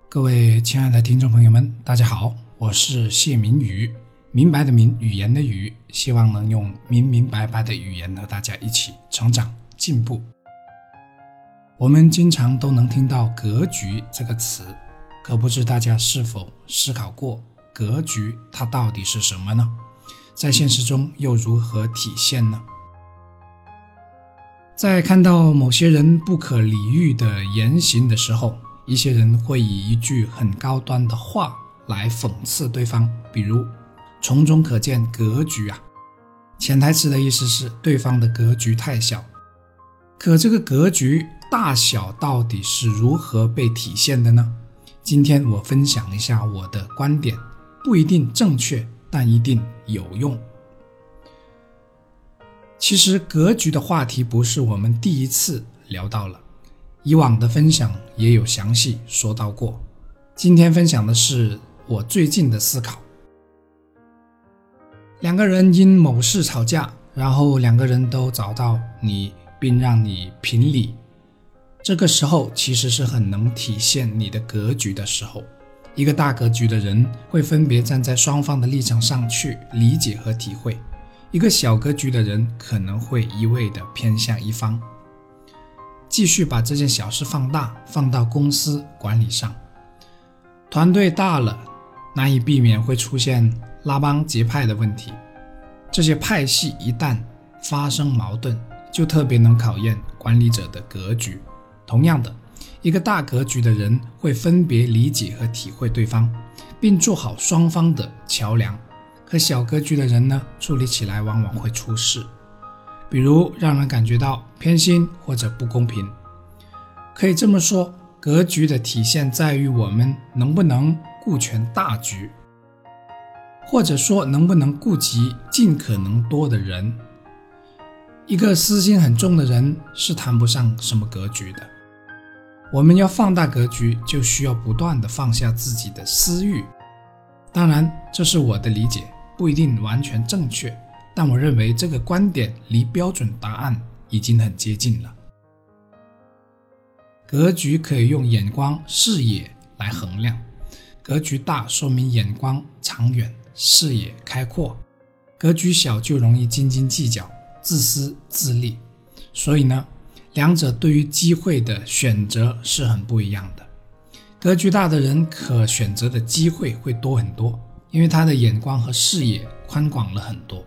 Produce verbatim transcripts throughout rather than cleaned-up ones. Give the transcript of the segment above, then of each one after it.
各位亲爱的听众朋友们，大家好，我是谢明宇，明白的明，语言的语，希望能用明明白白的语言和大家一起成长进步。我们经常都能听到格局这个词，可不知大家是否思考过格局它到底是什么呢？在现实中又如何体现呢？在看到某些人不可理喻的言行的时候，一些人会以一句很高端的话来讽刺对方，比如从中可见格局啊，潜台词的意思是对方的格局太小。可这个格局大小到底是如何被体现的呢？今天我分享一下我的观点，不一定正确，但一定有用。其实格局的话题不是我们第一次聊到了，以往的分享也有详细说到过。今天分享的是我最近的思考。两个人因某事吵架，然后两个人都找到你并让你评理，这个时候其实是很能体现你的格局的时候。一个大格局的人会分别站在双方的立场上去理解和体会，一个小格局的人可能会一味地偏向一方。继续把这件小事放大，放到公司管理上，团队大了，难以避免会出现拉帮结派的问题。这些派系一旦发生矛盾，就特别能考验管理者的格局。同样的，一个大格局的人会分别理解和体会对方，并做好双方的桥梁。可小格局的人呢，处理起来往往会出事，比如让人感觉到偏心或者不公平。可以这么说，格局的体现在于我们能不能顾全大局，或者说能不能顾及尽可能多的人。一个私心很重的人是谈不上什么格局的。我们要放大格局，就需要不断地放下自己的私欲。当然，这是我的理解，不一定完全正确，但我认为这个观点离标准答案已经很接近了。格局可以用眼光、视野来衡量，格局大说明眼光长远，视野开阔，格局小就容易斤斤计较，自私自利。所以呢，两者对于机会的选择是很不一样的。格局大的人可选择的机会会多很多，因为他的眼光和视野宽广了很多。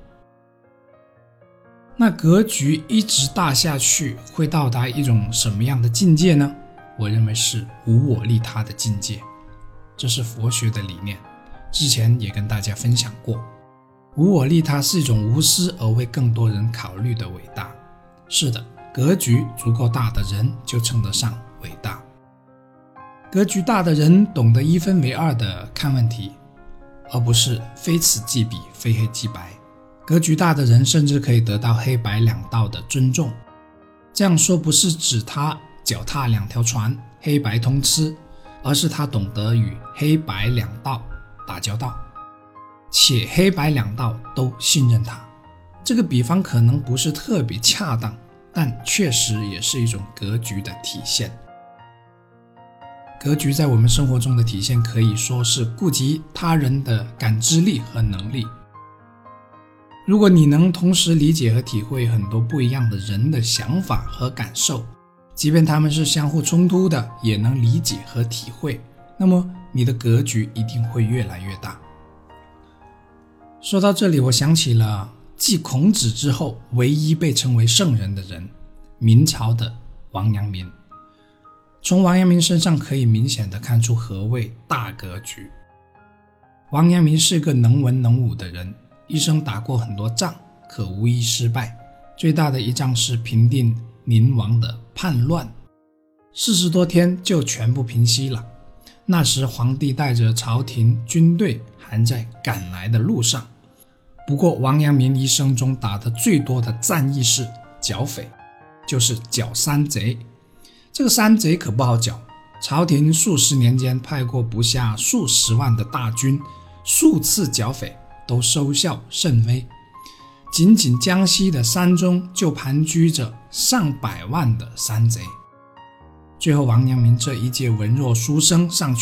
那格局一直大下去，会到达一种什么样的境界呢？我认为是无我利他的境界，这是佛学的理念，之前也跟大家分享过。无我利他是一种无私而为更多人考虑的伟大。是的，格局足够大的人就称得上伟大。格局大的人懂得一分为二的看问题，而不是非此即彼，非黑即白。格局大的人甚至可以得到黑白两道的尊重。这样说不是指他脚踏两条船，黑白通吃，而是他懂得与黑白两道打交道，且黑白两道都信任他。这个比方可能不是特别恰当，但确实也是一种格局的体现。格局在我们生活中的体现可以说是顾及他人的感知力和能力。如果你能同时理解和体会很多不一样的人的想法和感受，即便他们是相互冲突的，也能理解和体会，那么你的格局一定会越来越大。说到这里，我想起了继孔子之后唯一被称为圣人的人，明朝的王阳明。从王阳明身上可以明显地看出何谓大格局。王阳明是个能文能武的人，一生打过很多仗，可无一失败。最大的一仗是平定宁王的叛乱，四十多天就全部平息了。那时皇帝带着朝廷军队还在赶来的路上。不过王阳明一生中打得最多的战役是剿匪，就是剿山贼。这个山贼可不好剿，朝廷数十年间派过不下数十万的大军，数次剿匪都收效甚微。仅仅江西的山中就盘踞着上百万的山贼。最后王阳明这一介文弱书生上去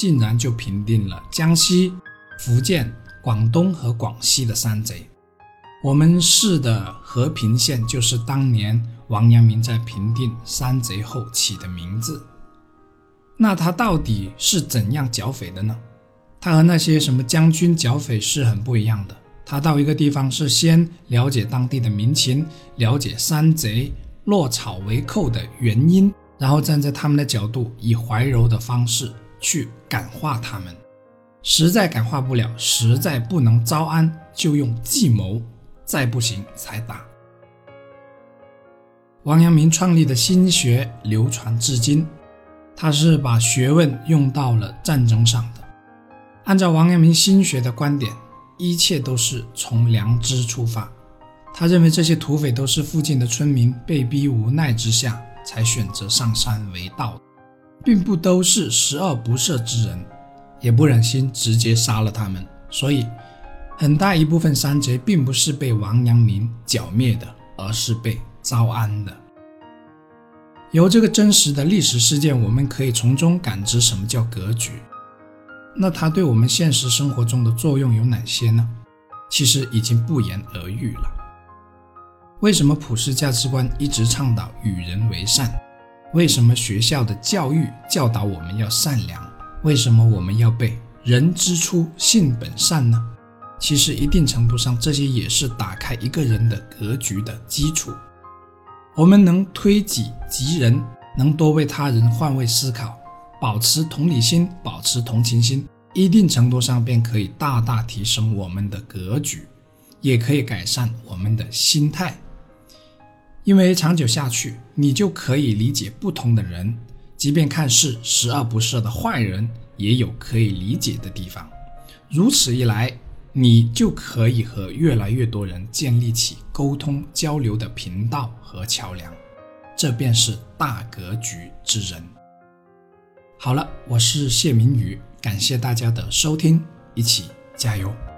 竟然就平定了江西、福建、广东和广西的山贼。我们市的和平县就是当年王阳明在平定山贼后起的名字。那他到底是怎样剿匪的呢？他和那些什么将军剿匪是很不一样的。他到一个地方是先了解当地的民情，了解山贼落草为寇的原因，然后站在他们的角度，以怀柔的方式去感化他们。实在感化不了，实在不能招安，就用计谋，再不行才打。王阳明创立的心学流传至今，他是把学问用到了战争上的。按照王阳明心学的观点，一切都是从良知出发。他认为这些土匪都是附近的村民被逼无奈之下才选择上山为盗，并不都是十恶不赦之人，也不忍心直接杀了他们。所以很大一部分山贼并不是被王阳明剿灭的，而是被招安的。由这个真实的历史事件，我们可以从中感知什么叫格局。那它对我们现实生活中的作用有哪些呢？其实已经不言而喻了。为什么普世价值观一直倡导与人为善？为什么学校的教育教导我们要善良？为什么我们要背人之初性本善呢？其实一定程度上，这些也是打开一个人的格局的基础。我们能推己及人，能多为他人换位思考，保持同理心，保持同情心，一定程度上便可以大大提升我们的格局，也可以改善我们的心态。因为长久下去，你就可以理解不同的人，即便看似十恶不赦的坏人，也有可以理解的地方。如此一来，你就可以和越来越多人建立起沟通交流的频道和桥梁，这便是大格局之人。好了，我是谢明宇，感谢大家的收听，一起加油。